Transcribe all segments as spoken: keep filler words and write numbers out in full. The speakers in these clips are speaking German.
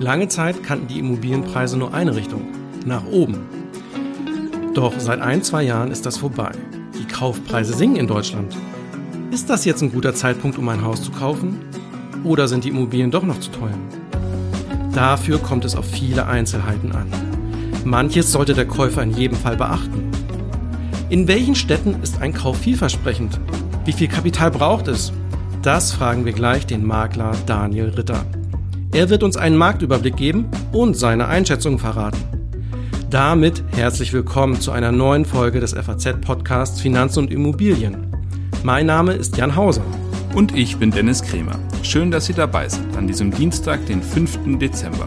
Lange Zeit kannten die Immobilienpreise nur eine Richtung, nach oben. Doch seit ein, zwei Jahren ist das vorbei. Die Kaufpreise sinken in Deutschland. Ist das jetzt ein guter Zeitpunkt, um ein Haus zu kaufen? Oder sind die Immobilien doch noch zu teuer? Dafür kommt es auf viele Einzelheiten an. Manches sollte der Käufer in jedem Fall beachten. In welchen Städten ist ein Kauf vielversprechend? Wie viel Kapital braucht es? Das fragen wir gleich den Makler Daniel Ritter. Er wird uns einen Marktüberblick geben und seine Einschätzung verraten. Damit herzlich willkommen zu einer neuen Folge des F A Z-Podcasts Finanzen und Immobilien. Mein Name ist Jan Hauser. Und ich bin Dennis Krämer. Schön, dass Sie dabei sind an diesem Dienstag, den fünften Dezember.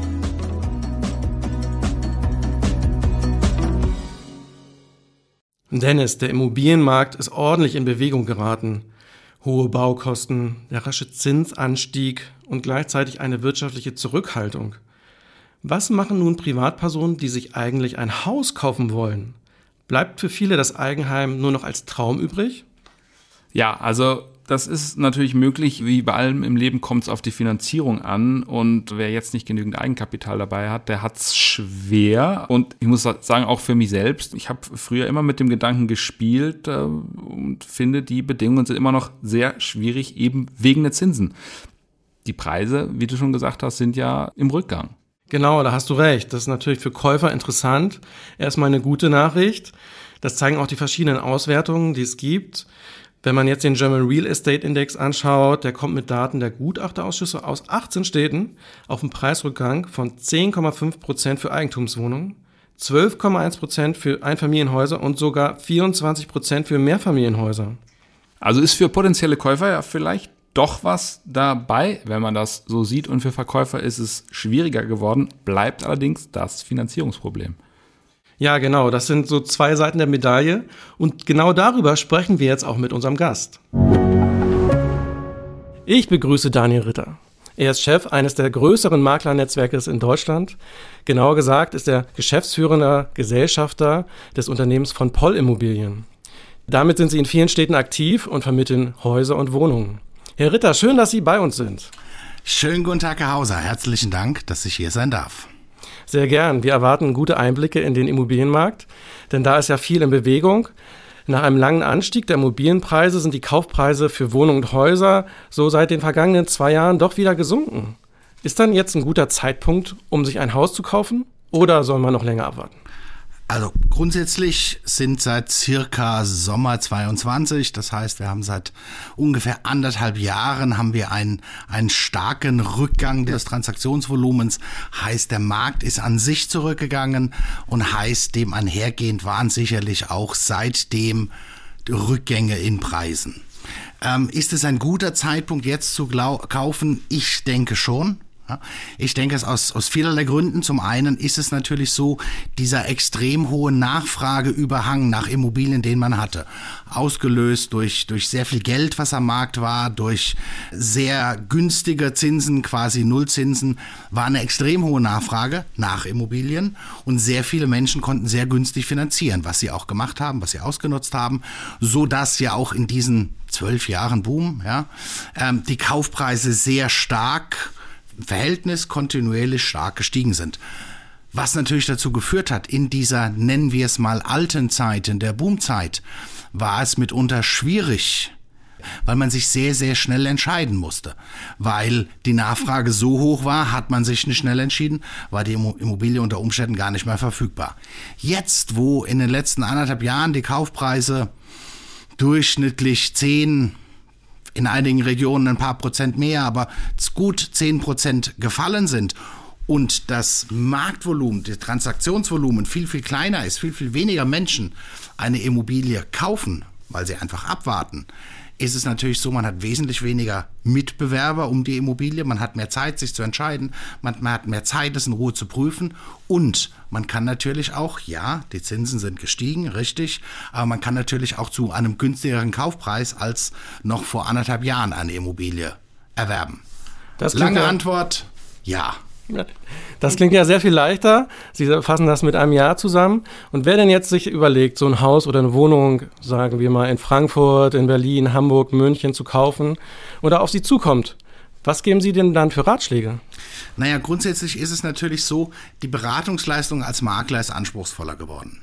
Dennis, der Immobilienmarkt ist ordentlich in Bewegung geraten. Hohe Baukosten, der rasche Zinsanstieg und gleichzeitig eine wirtschaftliche Zurückhaltung. Was machen nun Privatpersonen, die sich eigentlich ein Haus kaufen wollen? Bleibt für viele das Eigenheim nur noch als Traum übrig? Ja, also das ist natürlich möglich. Wie bei allem im Leben kommt es auf die Finanzierung an. Und wer jetzt nicht genügend Eigenkapital dabei hat, der hat es schwer. Und ich muss sagen, auch für mich selbst, ich habe früher immer mit dem Gedanken gespielt äh, und finde, die Bedingungen sind immer noch sehr schwierig, eben wegen der Zinsen. Die Preise, wie du schon gesagt hast, sind ja im Rückgang. Genau, da hast du recht. Das ist natürlich für Käufer interessant. Erstmal eine gute Nachricht. Das zeigen auch die verschiedenen Auswertungen, die es gibt. Wenn man jetzt den German Real Estate Index anschaut, der kommt mit Daten der Gutachterausschüsse aus achtzehn Städten auf einen Preisrückgang von zehn Komma fünf Prozent für Eigentumswohnungen, zwölf Komma eins Prozent für Einfamilienhäuser und sogar vierundzwanzig Prozent für Mehrfamilienhäuser. Also ist für potenzielle Käufer ja vielleicht doch was dabei, wenn man das so sieht. Und für Verkäufer ist es schwieriger geworden, bleibt allerdings das Finanzierungsproblem. Ja, genau, das sind so zwei Seiten der Medaille und genau darüber sprechen wir jetzt auch mit unserem Gast. Ich begrüße Daniel Ritter. Er ist Chef eines der größeren Maklernetzwerkes in Deutschland. Genauer gesagt ist er geschäftsführender Gesellschafter des Unternehmens von Poll Immobilien. Damit sind Sie in vielen Städten aktiv und vermitteln Häuser und Wohnungen. Herr Ritter, schön, dass Sie bei uns sind. Schönen guten Tag, Herr Hauser. Herzlichen Dank, dass ich hier sein darf. Sehr gern. Wir erwarten gute Einblicke in den Immobilienmarkt, denn da ist ja viel in Bewegung. Nach einem langen Anstieg der Immobilienpreise sind die Kaufpreise für Wohnungen und Häuser so seit den vergangenen zwei Jahren doch wieder gesunken. Ist dann jetzt ein guter Zeitpunkt, um sich ein Haus zu kaufen, oder soll man noch länger abwarten? Also grundsätzlich sind seit circa Sommer zweiundzwanzig, das heißt, wir haben seit ungefähr anderthalb Jahren haben wir einen, einen starken Rückgang des Transaktionsvolumens. Heißt, der Markt ist an sich zurückgegangen und heißt, dem einhergehend waren sicherlich auch seitdem Rückgänge in Preisen. Ähm, ist es ein guter Zeitpunkt, jetzt zu glau- kaufen? Ich denke schon. Ich denke es aus, aus vielerlei Gründen. Zum einen ist es natürlich so, dieser extrem hohe Nachfrageüberhang nach Immobilien, den man hatte, ausgelöst durch, durch sehr viel Geld, was am Markt war, durch sehr günstige Zinsen, quasi Nullzinsen, war eine extrem hohe Nachfrage nach Immobilien und sehr viele Menschen konnten sehr günstig finanzieren, was sie auch gemacht haben, was sie ausgenutzt haben, so dass ja auch in diesen zwölf Jahren Boom, ja, ähm, die Kaufpreise sehr stark im Verhältnis kontinuierlich stark gestiegen sind. Was natürlich dazu geführt hat, in dieser, nennen wir es mal, alten Zeit, in der Boomzeit, war es mitunter schwierig, weil man sich sehr, sehr schnell entscheiden musste. Weil die Nachfrage so hoch war, hat man sich nicht schnell entschieden, war die Immobilie unter Umständen gar nicht mehr verfügbar. Jetzt, wo in den letzten anderthalb Jahren die Kaufpreise durchschnittlich zehn, in einigen Regionen ein paar Prozent mehr, aber gut zehn Prozent gefallen sind und das Marktvolumen, das Transaktionsvolumen viel, viel kleiner ist, viel, viel weniger Menschen eine Immobilie kaufen, weil sie einfach abwarten, ist es natürlich so, man hat wesentlich weniger Mitbewerber um die Immobilie, man hat mehr Zeit, sich zu entscheiden, man, man hat mehr Zeit, es in Ruhe zu prüfen und man kann natürlich auch, ja, die Zinsen sind gestiegen, richtig, aber man kann natürlich auch zu einem günstigeren Kaufpreis als noch vor anderthalb Jahren eine Immobilie erwerben. Das Lange ja, Antwort, ja. Das klingt ja sehr viel leichter. Sie fassen das mit einem Ja zusammen. Und wer denn jetzt sich überlegt, so ein Haus oder eine Wohnung, sagen wir mal in Frankfurt, in Berlin, Hamburg, München zu kaufen oder auf Sie zukommt, Was geben Sie denn dann für Ratschläge? Naja, grundsätzlich ist es natürlich so, die Beratungsleistung als Makler ist anspruchsvoller geworden.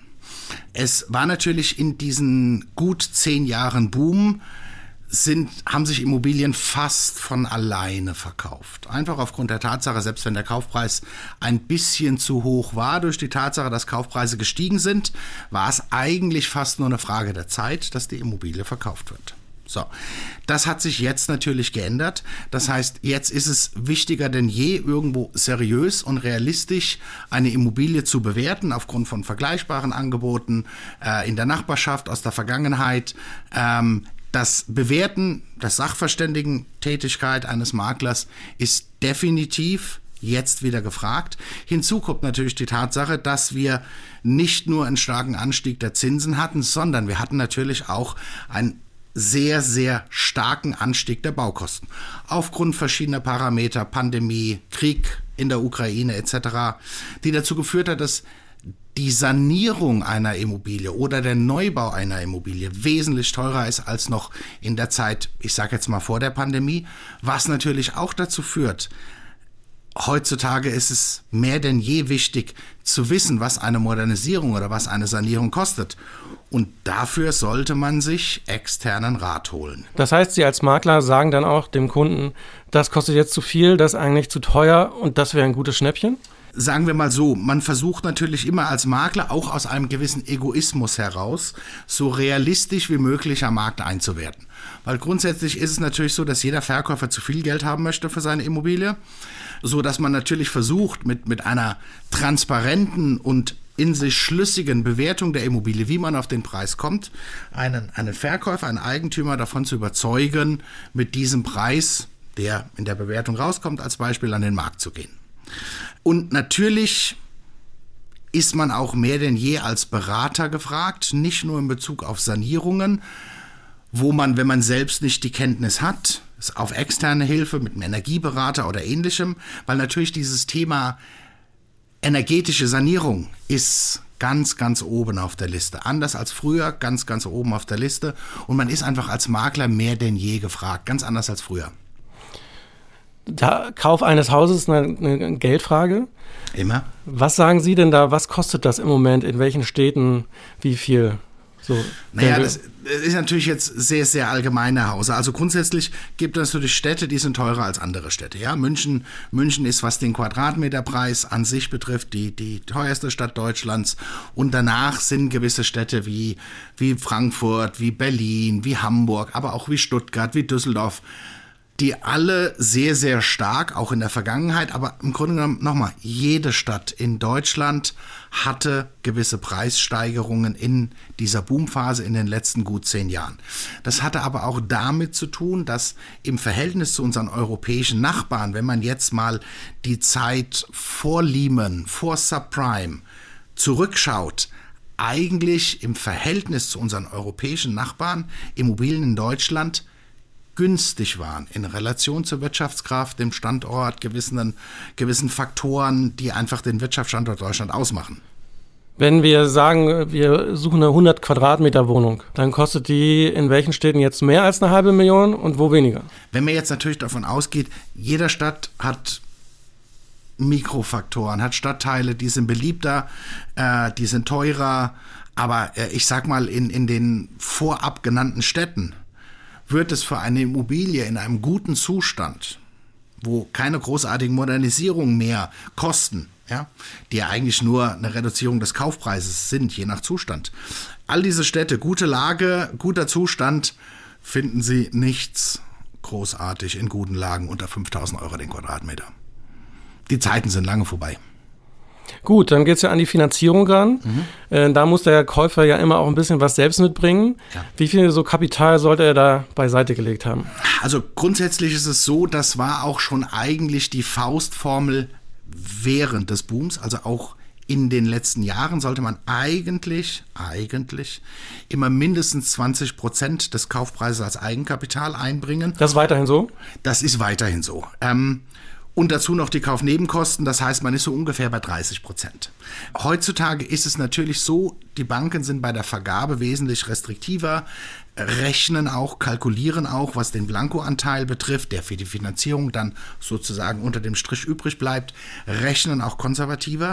Es war natürlich in diesen gut zehn Jahren Boom, sind, haben sich Immobilien fast von alleine verkauft. Einfach aufgrund der Tatsache, selbst wenn der Kaufpreis ein bisschen zu hoch war, durch die Tatsache, dass Kaufpreise gestiegen sind, war es eigentlich fast nur eine Frage der Zeit, dass die Immobilie verkauft wird. So, das hat sich jetzt natürlich geändert. Das heißt, jetzt ist es wichtiger denn je, irgendwo seriös und realistisch eine Immobilie zu bewerten, aufgrund von vergleichbaren Angeboten äh, in der Nachbarschaft, aus der Vergangenheit. Ähm, Das Bewerten der Sachverständigentätigkeit eines Maklers ist definitiv jetzt wieder gefragt. Hinzu kommt natürlich die Tatsache, dass wir nicht nur einen starken Anstieg der Zinsen hatten, sondern wir hatten natürlich auch einen sehr, sehr starken Anstieg der Baukosten. Aufgrund verschiedener Parameter, Pandemie, Krieg in der Ukraine et cetera, die dazu geführt hat, dass die Sanierung einer Immobilie oder der Neubau einer Immobilie wesentlich teurer ist als noch in der Zeit, ich sage jetzt mal vor der Pandemie, was natürlich auch dazu führt, heutzutage ist es mehr denn je wichtig zu wissen, was eine Modernisierung oder was eine Sanierung kostet. Und dafür sollte man sich externen Rat holen. Das heißt, Sie als Makler sagen dann auch dem Kunden, das kostet jetzt zu viel, das ist eigentlich zu teuer und das wäre ein gutes Schnäppchen? Sagen wir mal so, man versucht natürlich immer als Makler auch aus einem gewissen Egoismus heraus, so realistisch wie möglich am Markt einzuwerten. Weil grundsätzlich ist es natürlich so, dass jeder Verkäufer zu viel Geld haben möchte für seine Immobilie, so dass man natürlich versucht, mit, mit einer transparenten und in sich schlüssigen Bewertung der Immobilie, wie man auf den Preis kommt, einen, einen Verkäufer, einen Eigentümer davon zu überzeugen, mit diesem Preis, der in der Bewertung rauskommt, als Beispiel an den Markt zu gehen. Und natürlich ist man auch mehr denn je als Berater gefragt, nicht nur in Bezug auf Sanierungen, wo man, wenn man selbst nicht die Kenntnis hat, auf externe Hilfe mit einem Energieberater oder ähnlichem, weil natürlich dieses Thema energetische Sanierung ist ganz, ganz oben auf der Liste. Anders als früher, ganz, ganz oben auf der Liste. Und man ist einfach als Makler mehr denn je gefragt, ganz anders als früher. Der Kauf eines Hauses ist eine, eine Geldfrage. Immer. Was sagen Sie denn da, was kostet das im Moment, in welchen Städten, wie viel? So, naja, das ist natürlich jetzt sehr, sehr allgemeine Hause. Also grundsätzlich gibt es natürlich Städte, die sind teurer als andere Städte. Ja, München, München ist, was den Quadratmeterpreis an sich betrifft, die, die teuerste Stadt Deutschlands. Und danach sind gewisse Städte wie, wie Frankfurt, wie Berlin, wie Hamburg, aber auch wie Stuttgart, wie Düsseldorf, die alle sehr, sehr stark, auch in der Vergangenheit, aber im Grunde genommen nochmal, jede Stadt in Deutschland hatte gewisse Preissteigerungen in dieser Boomphase in den letzten gut zehn Jahren. Das hatte aber auch damit zu tun, dass im Verhältnis zu unseren europäischen Nachbarn, wenn man jetzt mal die Zeit vor Lehman, vor Subprime zurückschaut, eigentlich im Verhältnis zu unseren europäischen Nachbarn Immobilien in Deutschland günstig waren in Relation zur Wirtschaftskraft, dem Standort, gewissen, gewissen Faktoren, die einfach den Wirtschaftsstandort Deutschland ausmachen. Wenn wir sagen, wir suchen eine hundert Quadratmeter Wohnung, dann kostet die in welchen Städten jetzt mehr als eine halbe Million und wo weniger? Wenn man jetzt natürlich davon ausgeht, jede Stadt hat Mikrofaktoren, hat Stadtteile, die sind beliebter, äh, die sind teurer, aber äh, ich sag mal, in, in den vorab genannten Städten wird es für eine Immobilie in einem guten Zustand, wo keine großartigen Modernisierungen mehr kosten, ja, die ja eigentlich nur eine Reduzierung des Kaufpreises sind, je nach Zustand. All diese Städte, gute Lage, guter Zustand, finden Sie nichts großartig in guten Lagen unter fünftausend Euro den Quadratmeter. Die Zeiten sind lange vorbei. Gut, dann geht es ja an die Finanzierung ran. Mhm. Äh, da muss der Käufer ja immer auch ein bisschen was selbst mitbringen. Ja. Wie viel so Kapital sollte er da beiseite gelegt haben? Also grundsätzlich ist es so, das war auch schon eigentlich die Faustformel während des Booms, also auch in den letzten Jahren sollte man eigentlich, eigentlich immer mindestens zwanzig Prozent des Kaufpreises als Eigenkapital einbringen. Das ist weiterhin so? Das ist weiterhin so. Ähm, Und dazu noch die Kaufnebenkosten, das heißt, man ist so ungefähr bei dreißig Prozent. Heutzutage ist es natürlich so, die Banken sind bei der Vergabe wesentlich restriktiver. rechnen auch, kalkulieren auch, was den Blankoanteil betrifft, der für die Finanzierung dann sozusagen unter dem Strich übrig bleibt, rechnen auch konservativer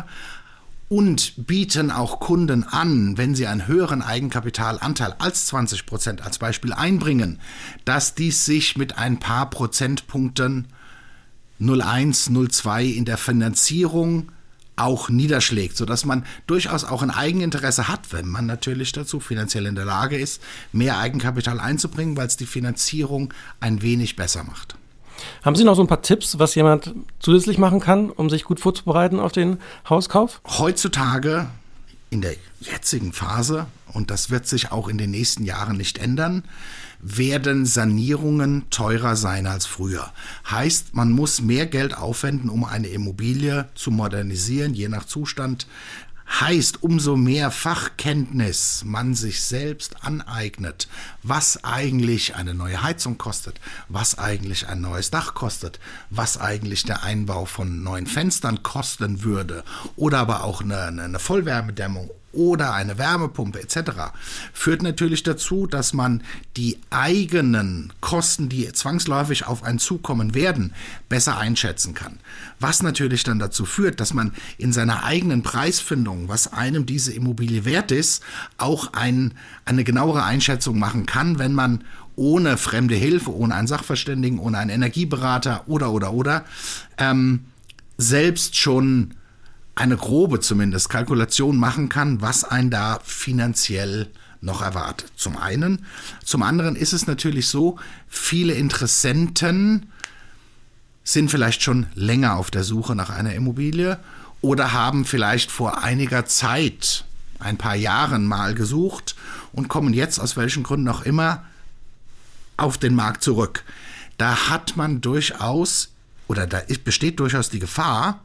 und bieten auch Kunden an, wenn sie einen höheren Eigenkapitalanteil als zwanzig Prozent als Beispiel einbringen, dass dies sich mit ein paar Prozentpunkten null Komma eins, null Komma zwei in der Finanzierung auch niederschlägt, sodass man durchaus auch ein Eigeninteresse hat, wenn man natürlich dazu finanziell in der Lage ist, mehr Eigenkapital einzubringen, weil es die Finanzierung ein wenig besser macht. Haben Sie noch so ein paar Tipps, was jemand zusätzlich machen kann, um sich gut vorzubereiten auf den Hauskauf? Heutzutage, in der jetzigen Phase, und das wird sich auch in den nächsten Jahren nicht ändern, werden Sanierungen teurer sein als früher. Heißt, man muss mehr Geld aufwenden, um eine Immobilie zu modernisieren, je nach Zustand. Heißt, umso mehr Fachkenntnis man sich selbst aneignet, was eigentlich eine neue Heizung kostet, was eigentlich ein neues Dach kostet, was eigentlich der Einbau von neuen Fenstern kosten würde oder aber auch eine, eine Vollwärmedämmung oder eine Wärmepumpe et cetera, führt natürlich dazu, dass man die eigenen Kosten, die zwangsläufig auf einen zukommen werden, besser einschätzen kann. Was natürlich dann dazu führt, dass man in seiner eigenen Preisfindung, was einem diese Immobilie wert ist, auch ein, eine genauere Einschätzung machen kann, wenn man ohne fremde Hilfe, ohne einen Sachverständigen, ohne einen Energieberater oder, oder, oder, ähm, selbst schon eine grobe zumindest Kalkulation machen kann, was einen da finanziell noch erwartet. Zum einen. Zum anderen ist es natürlich so, viele Interessenten sind vielleicht schon länger auf der Suche nach einer Immobilie oder haben vielleicht vor einiger Zeit, ein paar Jahren mal gesucht und kommen jetzt aus welchen Gründen auch immer auf den Markt zurück. Da hat man durchaus, oder da besteht durchaus die Gefahr,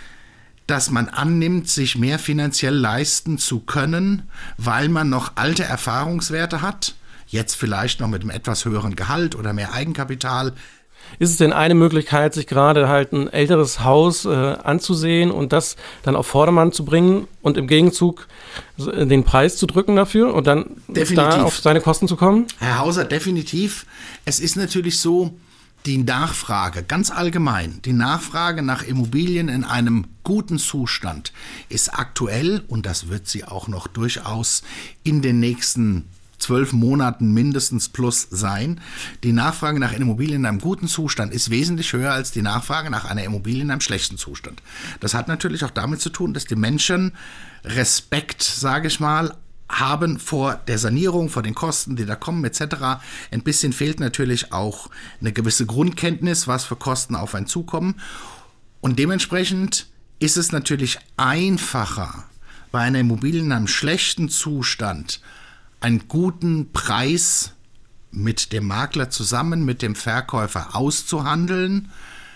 dass man annimmt, sich mehr finanziell leisten zu können, weil man noch alte Erfahrungswerte hat, jetzt vielleicht noch mit einem etwas höheren Gehalt oder mehr Eigenkapital. Ist es denn eine Möglichkeit, sich gerade halt ein älteres Haus äh, anzusehen und das dann auf Vordermann zu bringen und im Gegenzug den Preis zu drücken dafür und dann definitiv da auf seine Kosten zu kommen? Herr Hauser, definitiv. Es ist natürlich so, die Nachfrage, ganz allgemein, die Nachfrage nach Immobilien in einem guten Zustand ist aktuell, und das wird sie auch noch durchaus in den nächsten zwölf Monaten mindestens plus sein. Die Nachfrage nach Immobilien in einem guten Zustand ist wesentlich höher als die Nachfrage nach einer Immobilie in einem schlechten Zustand. Das hat natürlich auch damit zu tun, dass die Menschen Respekt, sage ich mal, haben vor der Sanierung, vor den Kosten, die da kommen et cetera. Ein bisschen fehlt natürlich auch eine gewisse Grundkenntnis, was für Kosten auf einen zukommen. Und dementsprechend ist es natürlich einfacher, bei einer Immobilie in einem schlechten Zustand einen guten Preis mit dem Makler zusammen, mit dem Verkäufer auszuhandeln,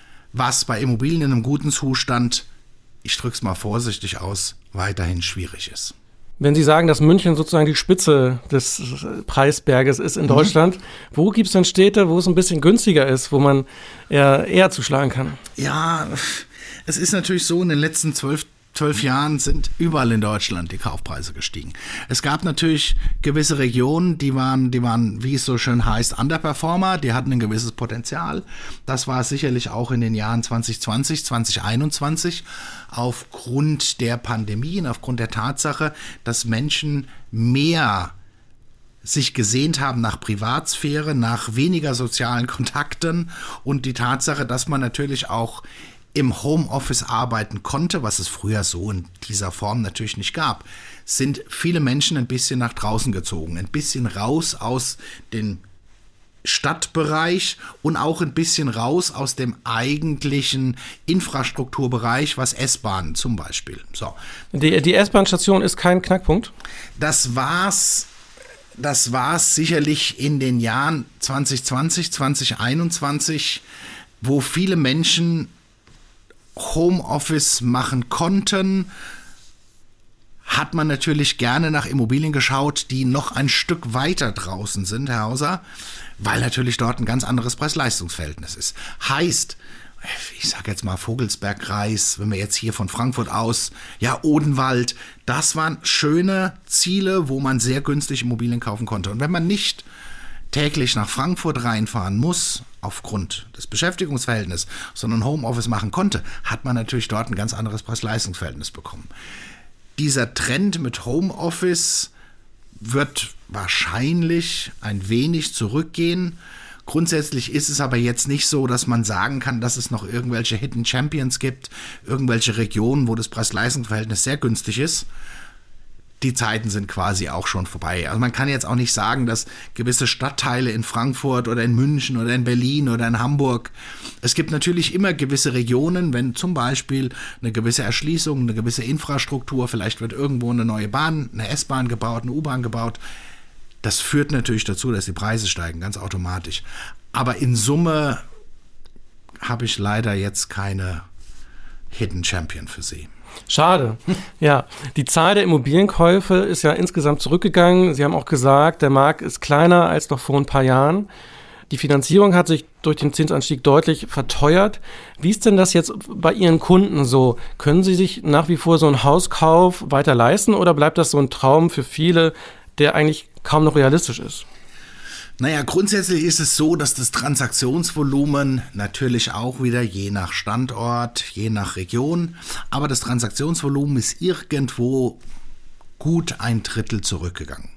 was bei Immobilien in einem guten Zustand, ich drücke es mal vorsichtig aus, weiterhin schwierig ist. Wenn Sie sagen, dass München sozusagen die Spitze des Preisberges ist in mhm. Deutschland, wo gibt es denn Städte, wo es ein bisschen günstiger ist, wo man eher, eher zuschlagen kann? Ja, es ist natürlich so, in den letzten zwölf Zwölf Jahren sind überall in Deutschland die Kaufpreise gestiegen. Es gab natürlich gewisse Regionen, die waren, die waren, wie es so schön heißt, Underperformer, die hatten ein gewisses Potenzial. Das war es sicherlich auch in den Jahren zwanzig zwanzig, zwanzig einundzwanzig aufgrund der Pandemie und aufgrund der Tatsache, dass Menschen mehr sich gesehnt haben nach Privatsphäre, nach weniger sozialen Kontakten und die Tatsache, dass man natürlich auch im Homeoffice arbeiten konnte, was es früher so in dieser Form natürlich nicht gab, sind viele Menschen ein bisschen nach draußen gezogen, ein bisschen raus aus dem Stadtbereich und auch ein bisschen raus aus dem eigentlichen Infrastrukturbereich, was S-Bahnen zum Beispiel. So. Die, die S-Bahn-Station ist kein Knackpunkt? Das war's. Das war's sicherlich in den Jahren zwanzig zwanzig, zwanzig einundzwanzig, wo viele Menschen Homeoffice machen konnten, hat man natürlich gerne nach Immobilien geschaut, die noch ein Stück weiter draußen sind, Herr Hauser, weil natürlich dort ein ganz anderes Preis-Leistungs-Verhältnis ist. Heißt, ich sage jetzt mal Vogelsbergkreis, wenn wir jetzt hier von Frankfurt aus, ja, Odenwald, das waren schöne Ziele, wo man sehr günstig Immobilien kaufen konnte. Und wenn man nicht täglich nach Frankfurt reinfahren muss, aufgrund des Beschäftigungsverhältnisses, sondern Homeoffice machen konnte, hat man natürlich dort ein ganz anderes Preis-Leistungs-Verhältnis bekommen. Dieser Trend mit Homeoffice wird wahrscheinlich ein wenig zurückgehen. Grundsätzlich ist es aber jetzt nicht so, dass man sagen kann, dass es noch irgendwelche Hidden Champions gibt, irgendwelche Regionen, wo das Preis-Leistungs-Verhältnis sehr günstig ist. Die Zeiten sind quasi auch schon vorbei. Also man kann jetzt auch nicht sagen, dass gewisse Stadtteile in Frankfurt oder in München oder in Berlin oder in Hamburg, es gibt natürlich immer gewisse Regionen, wenn zum Beispiel eine gewisse Erschließung, eine gewisse Infrastruktur, vielleicht wird irgendwo eine neue Bahn, eine S-Bahn gebaut, eine U-Bahn gebaut, das führt natürlich dazu, dass die Preise steigen, ganz automatisch. Aber in Summe habe ich leider jetzt keine Hidden Champion für Sie. Schade. Ja, die Zahl der Immobilienkäufe ist ja insgesamt zurückgegangen. Sie haben auch gesagt, der Markt ist kleiner als noch vor ein paar Jahren. Die Finanzierung hat sich durch den Zinsanstieg deutlich verteuert. Wie ist denn das jetzt bei Ihren Kunden so? Können Sie sich nach wie vor so einen Hauskauf weiter leisten oder bleibt das so ein Traum für viele, der eigentlich kaum noch realistisch ist? Naja, grundsätzlich ist es so, dass das Transaktionsvolumen natürlich auch wieder je nach Standort, je nach Region, aber das Transaktionsvolumen ist irgendwo gut ein Drittel zurückgegangen.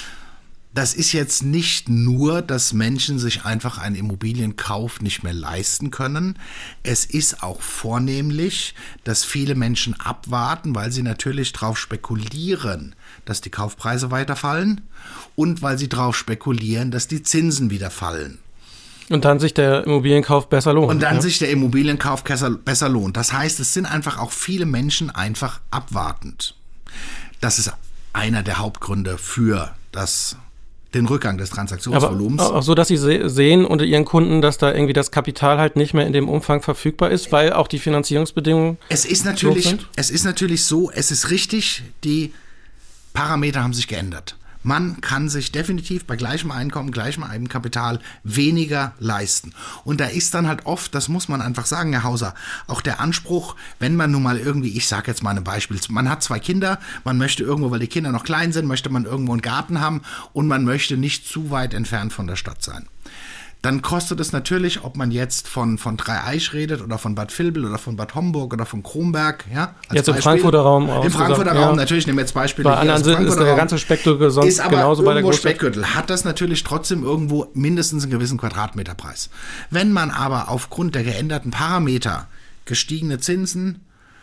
Das ist jetzt nicht nur, dass Menschen sich einfach einen Immobilienkauf nicht mehr leisten können. Es ist auch vornehmlich, dass viele Menschen abwarten, weil sie natürlich darauf spekulieren, dass die Kaufpreise weiterfallen und weil sie darauf spekulieren, dass die Zinsen wieder fallen. Und dann sich der Immobilienkauf besser lohnt. Und dann ja? sich der Immobilienkauf besser lohnt. Das heißt, es sind einfach auch viele Menschen einfach abwartend. Das ist einer der Hauptgründe für das den Rückgang des Transaktionsvolumens. Aber auch so, dass Sie se- sehen unter Ihren Kunden, dass da irgendwie das Kapital halt nicht mehr in dem Umfang verfügbar ist, weil auch die Finanzierungsbedingungen es ist natürlich, sind? Es ist natürlich so, es ist richtig, die Parameter haben sich geändert. Man kann sich definitiv bei gleichem Einkommen, gleichem Eigenkapital weniger leisten. Und da ist dann halt oft, das muss man einfach sagen, Herr Hauser, auch der Anspruch, wenn man nun mal irgendwie, ich sage jetzt mal ein Beispiel, man hat zwei Kinder, man möchte irgendwo, weil die Kinder noch klein sind, möchte man irgendwo einen Garten haben und man möchte nicht zu weit entfernt von der Stadt sein. Dann kostet es natürlich, ob man jetzt von, von Dreieich redet oder von Bad Vilbel oder von Bad Homburg oder von Kronberg. Ja, als jetzt im Beispiel. Frankfurter Raum auch. Im Frankfurter Raum, ja. Natürlich, nehmen wir jetzt Beispiele. Bei anderen sind, ist der ganze Speckgürtel sonst ist aber genauso bei der irgendwo Großstadt. Speckgürtel, hat das natürlich trotzdem irgendwo mindestens einen gewissen Quadratmeterpreis. Wenn man aber aufgrund der geänderten Parameter, gestiegene Zinsen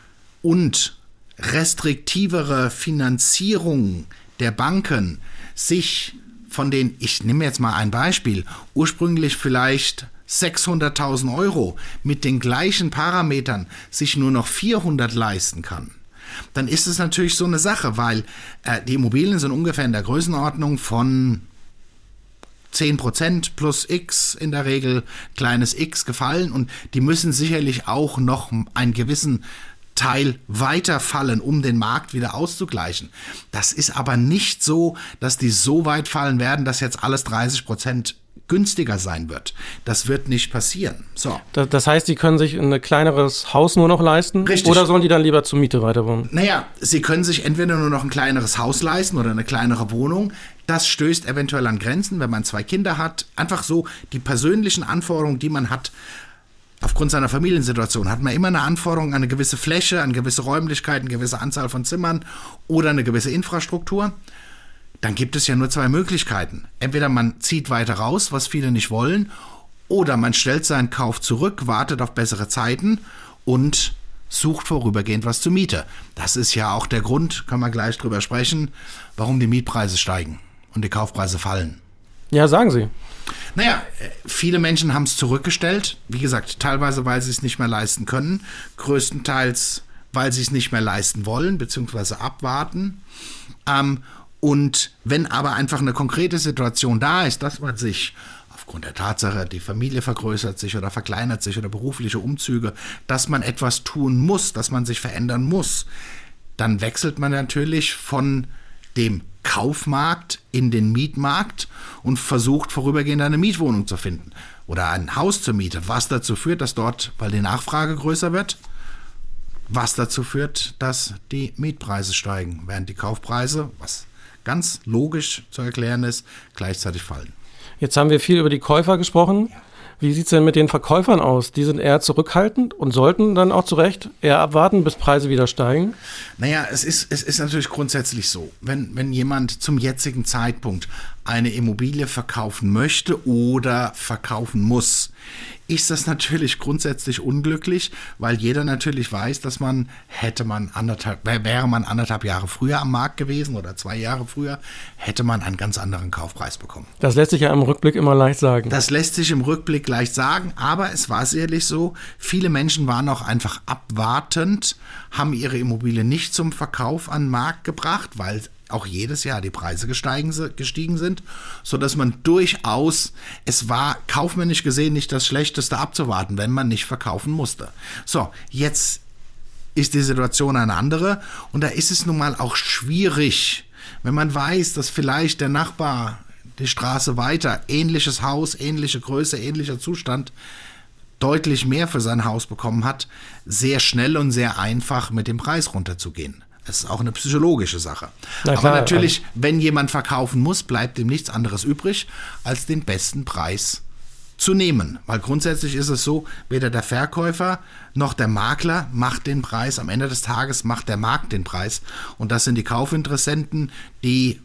und restriktivere Finanzierung der Banken sich von den, ich nehme jetzt mal ein Beispiel, ursprünglich vielleicht sechshunderttausend Euro mit den gleichen Parametern sich nur noch vierhundert leisten kann, dann ist es natürlich so eine Sache, weil äh, die Immobilien sind ungefähr in der Größenordnung von zehn Prozent plus X in der Regel, kleines X gefallen und die müssen sicherlich auch noch einen gewissen Teil weiterfallen, um den Markt wieder auszugleichen. Das ist aber nicht so, dass die so weit fallen werden, dass jetzt alles dreißig Prozent günstiger sein wird. Das wird nicht passieren. So. Das, das heißt, Sie können sich ein kleineres Haus nur noch leisten? Richtig. Oder sollen die dann lieber zur Miete weiter wohnen? Naja, Sie können sich entweder nur noch ein kleineres Haus leisten oder eine kleinere Wohnung. Das stößt eventuell an Grenzen, wenn man zwei Kinder hat. Einfach so die persönlichen Anforderungen, die man hat, aufgrund seiner Familiensituation hat man immer eine Anforderung an eine gewisse Fläche, an gewisse Räumlichkeiten, eine gewisse Anzahl von Zimmern oder eine gewisse Infrastruktur. Dann gibt es ja nur zwei Möglichkeiten. Entweder man zieht weiter raus, was viele nicht wollen, oder man stellt seinen Kauf zurück, wartet auf bessere Zeiten und sucht vorübergehend was zur Miete. Das ist ja auch der Grund, können wir gleich drüber sprechen, warum die Mietpreise steigen und die Kaufpreise fallen. Ja, sagen Sie. Naja, viele Menschen haben es zurückgestellt. Wie gesagt, teilweise, weil sie es nicht mehr leisten können. Größtenteils, weil sie es nicht mehr leisten wollen, beziehungsweise abwarten. Ähm, und wenn aber einfach eine konkrete Situation da ist, dass man sich aufgrund der Tatsache, die Familie vergrößert sich oder verkleinert sich oder berufliche Umzüge, dass man etwas tun muss, dass man sich verändern muss, dann wechselt man natürlich von dem Kaufmarkt in den Mietmarkt und versucht vorübergehend eine Mietwohnung zu finden oder ein Haus zur Miete, was dazu führt, dass dort, weil die Nachfrage größer wird, was dazu führt, dass die Mietpreise steigen, während die Kaufpreise, was ganz logisch zu erklären ist, gleichzeitig fallen. Jetzt haben wir viel über die Käufer gesprochen. Wie sieht es denn mit den Verkäufern aus? Die sind eher zurückhaltend und sollten dann auch zu Recht eher abwarten, bis Preise wieder steigen? Naja, es ist, es ist natürlich grundsätzlich so, wenn, wenn jemand zum jetzigen Zeitpunkt eine Immobilie verkaufen möchte oder verkaufen muss, ist das natürlich grundsätzlich unglücklich, weil jeder natürlich weiß, dass man, hätte man anderthalb, wäre man anderthalb Jahre früher am Markt gewesen oder zwei Jahre früher, hätte man einen ganz anderen Kaufpreis bekommen. Das lässt sich ja im Rückblick immer leicht sagen. Das lässt sich im Rückblick leicht sagen, aber es war sicherlich so, viele Menschen waren auch einfach abwartend, haben ihre Immobilie nicht zum Verkauf an den Markt gebracht, weil auch jedes Jahr die Preise gestiegen, gestiegen sind, sodass man durchaus, es war kaufmännisch gesehen nicht das Schlechteste abzuwarten, wenn man nicht verkaufen musste. So, jetzt ist die Situation eine andere und da ist es nun mal auch schwierig, wenn man weiß, dass vielleicht der Nachbar die Straße weiter, ähnliches Haus, ähnliche Größe, ähnlicher Zustand, deutlich mehr für sein Haus bekommen hat, sehr schnell und sehr einfach mit dem Preis runterzugehen. Das ist auch eine psychologische Sache. Na klar, aber natürlich, also, wenn jemand verkaufen muss, bleibt ihm nichts anderes übrig, als den besten Preis zu nehmen. Weil grundsätzlich ist es so, weder der Verkäufer noch der Makler macht den Preis. Am Ende des Tages macht der Markt den Preis. Und das sind die Kaufinteressenten, die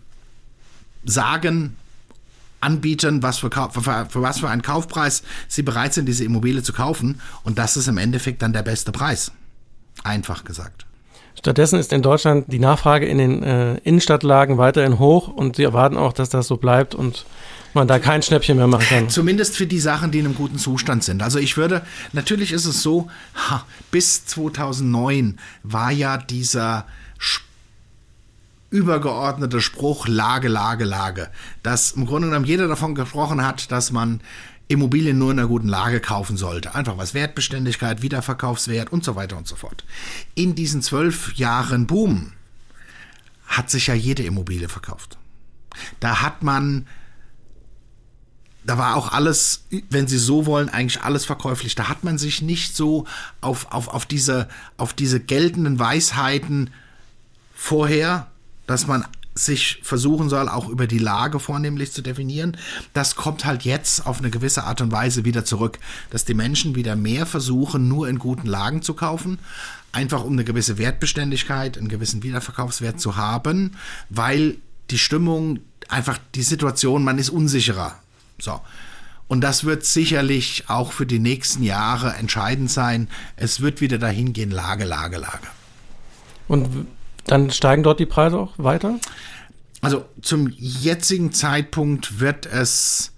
sagen, anbieten, was für, für, für was für einen Kaufpreis sie bereit sind, diese Immobilie zu kaufen. Und das ist im Endeffekt dann der beste Preis. Einfach gesagt. Stattdessen ist in Deutschland die Nachfrage in den äh, Innenstadtlagen weiterhin hoch und Sie erwarten auch, dass das so bleibt und man da kein Schnäppchen mehr machen kann. Zumindest für die Sachen, die in einem guten Zustand sind. Also ich würde, natürlich ist es so, ha, bis zweitausendneun war ja dieser Sp- übergeordnete Spruch Lage, Lage, Lage, dass im Grunde genommen jeder davon gesprochen hat, dass man Immobilien nur in einer guten Lage kaufen sollte. Einfach was Wertbeständigkeit, Wiederverkaufswert und so weiter und so fort. In diesen zwölf Jahren Boom hat sich ja jede Immobilie verkauft. Da hat man, da war auch alles, wenn Sie so wollen, eigentlich alles verkäuflich. Da hat man sich nicht so auf, auf, auf, diese, auf diese geltenden Weisheiten vorher, dass man sich versuchen soll, auch über die Lage vornehmlich zu definieren. Das kommt halt jetzt auf eine gewisse Art und Weise wieder zurück, dass die Menschen wieder mehr versuchen, nur in guten Lagen zu kaufen, einfach um eine gewisse Wertbeständigkeit, einen gewissen Wiederverkaufswert zu haben, weil die Stimmung, einfach die Situation, man ist unsicherer. So. Und das wird sicherlich auch für die nächsten Jahre entscheidend sein. Es wird wieder dahin gehen, Lage, Lage, Lage. Und dann steigen dort die Preise auch weiter? Also zum jetzigen Zeitpunkt wird es,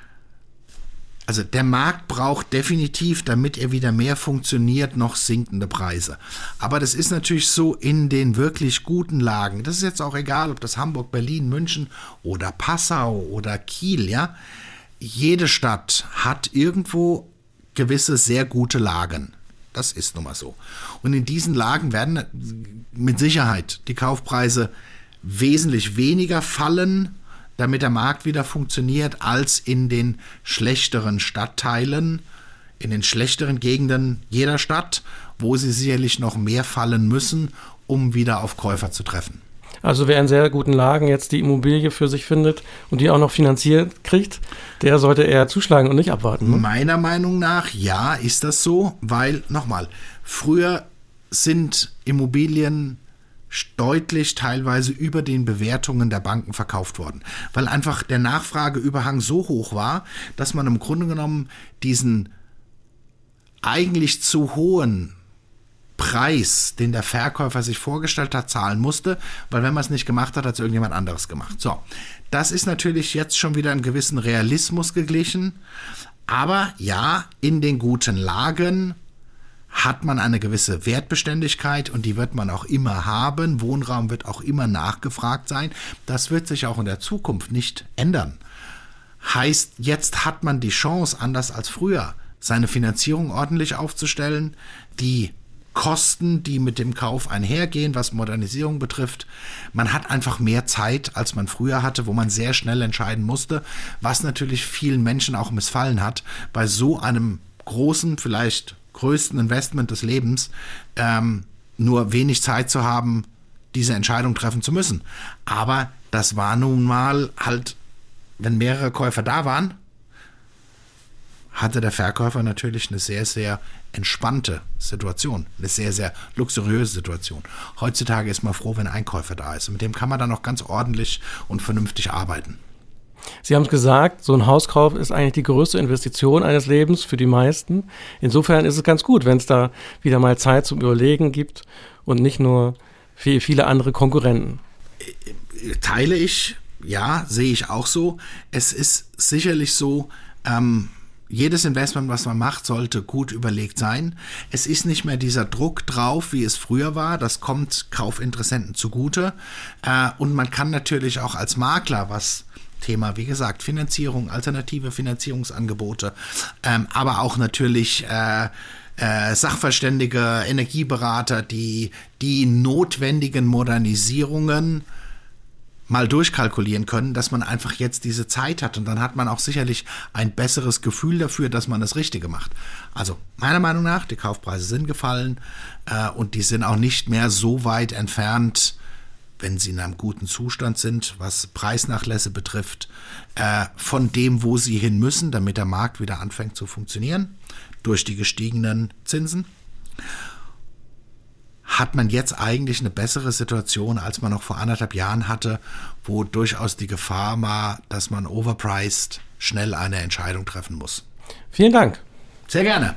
also der Markt braucht definitiv, damit er wieder mehr funktioniert, noch sinkende Preise. Aber das ist natürlich so in den wirklich guten Lagen. Das ist jetzt auch egal, ob das Hamburg, Berlin, München oder Passau oder Kiel, ja. Jede Stadt hat irgendwo gewisse sehr gute Lagen. Das ist nun mal so. Und in diesen Lagen werden mit Sicherheit die Kaufpreise wesentlich weniger fallen, damit der Markt wieder funktioniert, als in den schlechteren Stadtteilen, in den schlechteren Gegenden jeder Stadt, wo sie sicherlich noch mehr fallen müssen, um wieder auf Käufer zu treffen. Also wer in sehr guten Lagen jetzt die Immobilie für sich findet und die auch noch finanziert kriegt, der sollte eher zuschlagen und nicht abwarten. Ne? Meiner Meinung nach, ja, ist das so, weil, nochmal, früher sind Immobilien deutlich teilweise über den Bewertungen der Banken verkauft worden, weil einfach der Nachfrageüberhang so hoch war, dass man im Grunde genommen diesen eigentlich zu hohen Preis, den der Verkäufer sich vorgestellt hat, zahlen musste, weil wenn man es nicht gemacht hat, hat es irgendjemand anderes gemacht. So, das ist natürlich jetzt schon wieder einem gewissen Realismus geglichen, aber ja, in den guten Lagen hat man eine gewisse Wertbeständigkeit und die wird man auch immer haben. Wohnraum wird auch immer nachgefragt sein. Das wird sich auch in der Zukunft nicht ändern. Heißt, jetzt hat man die Chance, anders als früher, seine Finanzierung ordentlich aufzustellen, die Kosten, die mit dem Kauf einhergehen, was Modernisierung betrifft. Man hat einfach mehr Zeit, als man früher hatte, wo man sehr schnell entscheiden musste, was natürlich vielen Menschen auch missfallen hat, bei so einem großen, vielleicht größten Investment des Lebens, ähm, nur wenig Zeit zu haben, diese Entscheidung treffen zu müssen. Aber das war nun mal halt wenn mehrere Käufer da waren, hatte der Verkäufer natürlich eine sehr, sehr entspannte Situation, eine sehr, sehr luxuriöse Situation. Heutzutage ist man froh, wenn ein Käufer da ist. Und mit dem kann man dann auch ganz ordentlich und vernünftig arbeiten. Sie haben es gesagt, so ein Hauskauf ist eigentlich die größte Investition eines Lebens für die meisten. Insofern ist es ganz gut, wenn es da wieder mal Zeit zum Überlegen gibt und nicht nur für viele andere Konkurrenten. Teile ich, ja, sehe ich auch so. Es ist sicherlich so, ähm, jedes Investment, was man macht, sollte gut überlegt sein. Es ist nicht mehr dieser Druck drauf, wie es früher war. Das kommt Kaufinteressenten zugute. Äh, und man kann natürlich auch als Makler, was Thema, wie gesagt, Finanzierung, alternative Finanzierungsangebote, ähm, aber auch natürlich äh, äh, Sachverständige, Energieberater, die die notwendigen Modernisierungen mal durchkalkulieren können, dass man einfach jetzt diese Zeit hat und dann hat man auch sicherlich ein besseres Gefühl dafür, dass man das Richtige macht. Also meiner Meinung nach, die Kaufpreise sind gefallen äh, und die sind auch nicht mehr so weit entfernt, wenn sie in einem guten Zustand sind, was Preisnachlässe betrifft, äh, von dem, wo sie hin müssen, damit der Markt wieder anfängt zu funktionieren, durch die gestiegenen Zinsen. Hat man jetzt eigentlich eine bessere Situation, als man noch vor anderthalb Jahren hatte, wo durchaus die Gefahr war, dass man overpriced schnell eine Entscheidung treffen muss. Vielen Dank. Sehr gerne.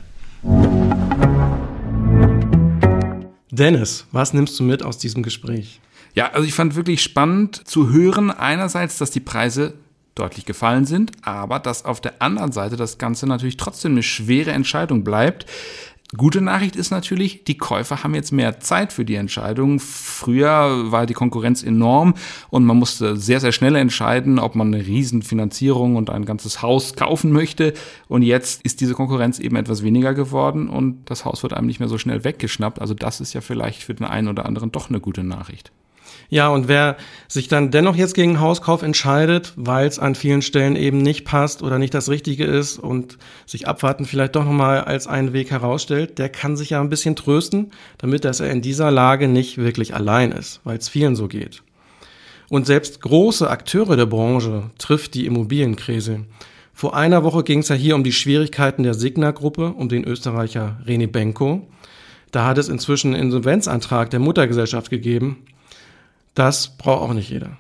Dennis, was nimmst du mit aus diesem Gespräch? Ja, also ich fand wirklich spannend zu hören, einerseits, dass die Preise deutlich gefallen sind, aber dass auf der anderen Seite das Ganze natürlich trotzdem eine schwere Entscheidung bleibt. Gute Nachricht ist natürlich, die Käufer haben jetzt mehr Zeit für die Entscheidung. Früher war die Konkurrenz enorm und man musste sehr, sehr schnell entscheiden, ob man eine Riesenfinanzierung und ein ganzes Haus kaufen möchte. Und jetzt ist diese Konkurrenz eben etwas weniger geworden und das Haus wird einem nicht mehr so schnell weggeschnappt. Also das ist ja vielleicht für den einen oder anderen doch eine gute Nachricht. Ja, und wer sich dann dennoch jetzt gegen einen Hauskauf entscheidet, weil es an vielen Stellen eben nicht passt oder nicht das Richtige ist und sich abwarten vielleicht doch nochmal als einen Weg herausstellt, der kann sich ja ein bisschen trösten, damit dass er in dieser Lage nicht wirklich allein ist, weil es vielen so geht. Und selbst große Akteure der Branche trifft die Immobilienkrise. Vor einer Woche ging es ja hier um die Schwierigkeiten der Signa-Gruppe, um den Österreicher René Benko. Da hat es inzwischen einen Insolvenzantrag der Muttergesellschaft gegeben. Das braucht auch nicht jeder.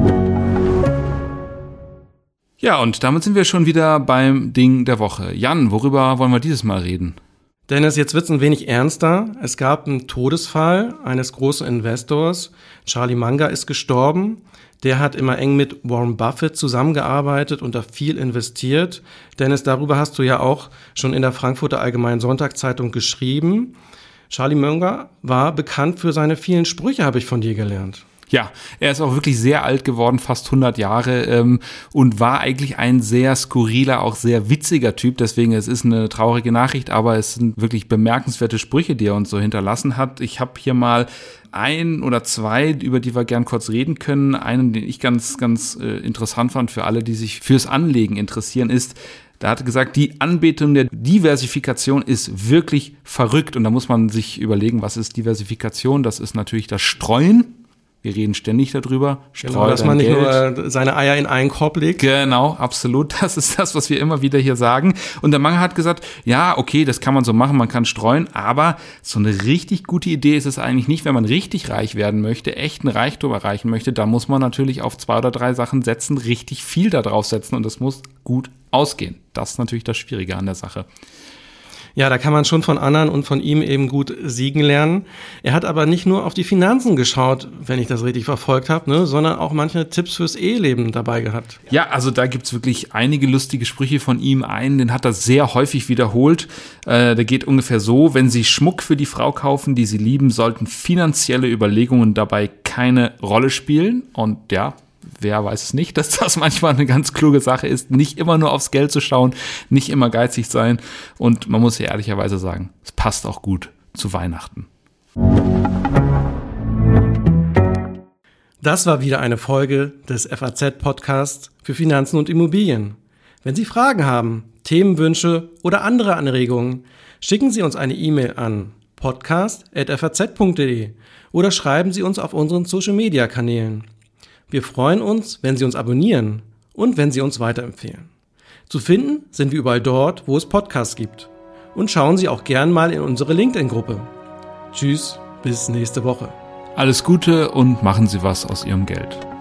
Ja, und damit sind wir schon wieder beim Ding der Woche. Jan, worüber wollen wir dieses Mal reden? Dennis, jetzt wird's ein wenig ernster. Es gab einen Todesfall eines großen Investors. Charlie Munger ist gestorben. Der hat immer eng mit Warren Buffett zusammengearbeitet und da viel investiert. Dennis, darüber hast du ja auch schon in der Frankfurter Allgemeinen Sonntagszeitung geschrieben. Charlie Munger war bekannt für seine vielen Sprüche, habe ich von dir gelernt. Ja, er ist auch wirklich sehr alt geworden, fast hundert Jahre ähm, und war eigentlich ein sehr skurriler, auch sehr witziger Typ. Deswegen, es ist eine traurige Nachricht, aber es sind wirklich bemerkenswerte Sprüche, die er uns so hinterlassen hat. Ich habe hier mal ein oder zwei, über die wir gern kurz reden können. Einen, den ich ganz, ganz äh, interessant fand für alle, die sich fürs Anlegen interessieren, ist: Da hat er gesagt, die Anbetung der Diversifikation ist wirklich verrückt. Und da muss man sich überlegen, was ist Diversifikation? Das ist natürlich das Streuen. Wir reden ständig darüber. Genau, dass man nicht Geld. nur seine Eier in einen Korb legt. Genau, absolut. Das ist das, was wir immer wieder hier sagen. Und der Munger hat gesagt, ja, okay, das kann man so machen, man kann streuen, aber so eine richtig gute Idee ist es eigentlich nicht, wenn man richtig reich werden möchte, echten Reichtum erreichen möchte, da muss man natürlich auf zwei oder drei Sachen setzen, richtig viel da drauf setzen und das muss gut ausgehen. Das ist natürlich das Schwierige an der Sache. Ja, da kann man schon von anderen und von ihm eben gut siegen lernen. Er hat aber nicht nur auf die Finanzen geschaut, wenn ich das richtig verfolgt habe, ne, sondern auch manche Tipps fürs Eheleben dabei gehabt. Ja, also da gibt's wirklich einige lustige Sprüche von ihm. Einen, den hat er sehr häufig wiederholt. Äh, der geht ungefähr so: Wenn Sie Schmuck für die Frau kaufen, die Sie lieben, sollten finanzielle Überlegungen dabei keine Rolle spielen. Und ja, wer weiß es nicht, dass das manchmal eine ganz kluge Sache ist, nicht immer nur aufs Geld zu schauen, nicht immer geizig sein. Und man muss ja ehrlicherweise sagen, es passt auch gut zu Weihnachten. Das war wieder eine Folge des F A Z-Podcasts für Finanzen und Immobilien. Wenn Sie Fragen haben, Themenwünsche oder andere Anregungen, schicken Sie uns eine E-Mail an podcast at f a z punkt d e oder schreiben Sie uns auf unseren Social-Media-Kanälen. Wir freuen uns, wenn Sie uns abonnieren und wenn Sie uns weiterempfehlen. Zu finden sind wir überall dort, wo es Podcasts gibt. Und schauen Sie auch gern mal in unsere LinkedIn-Gruppe. Tschüss, bis nächste Woche. Alles Gute und machen Sie was aus Ihrem Geld.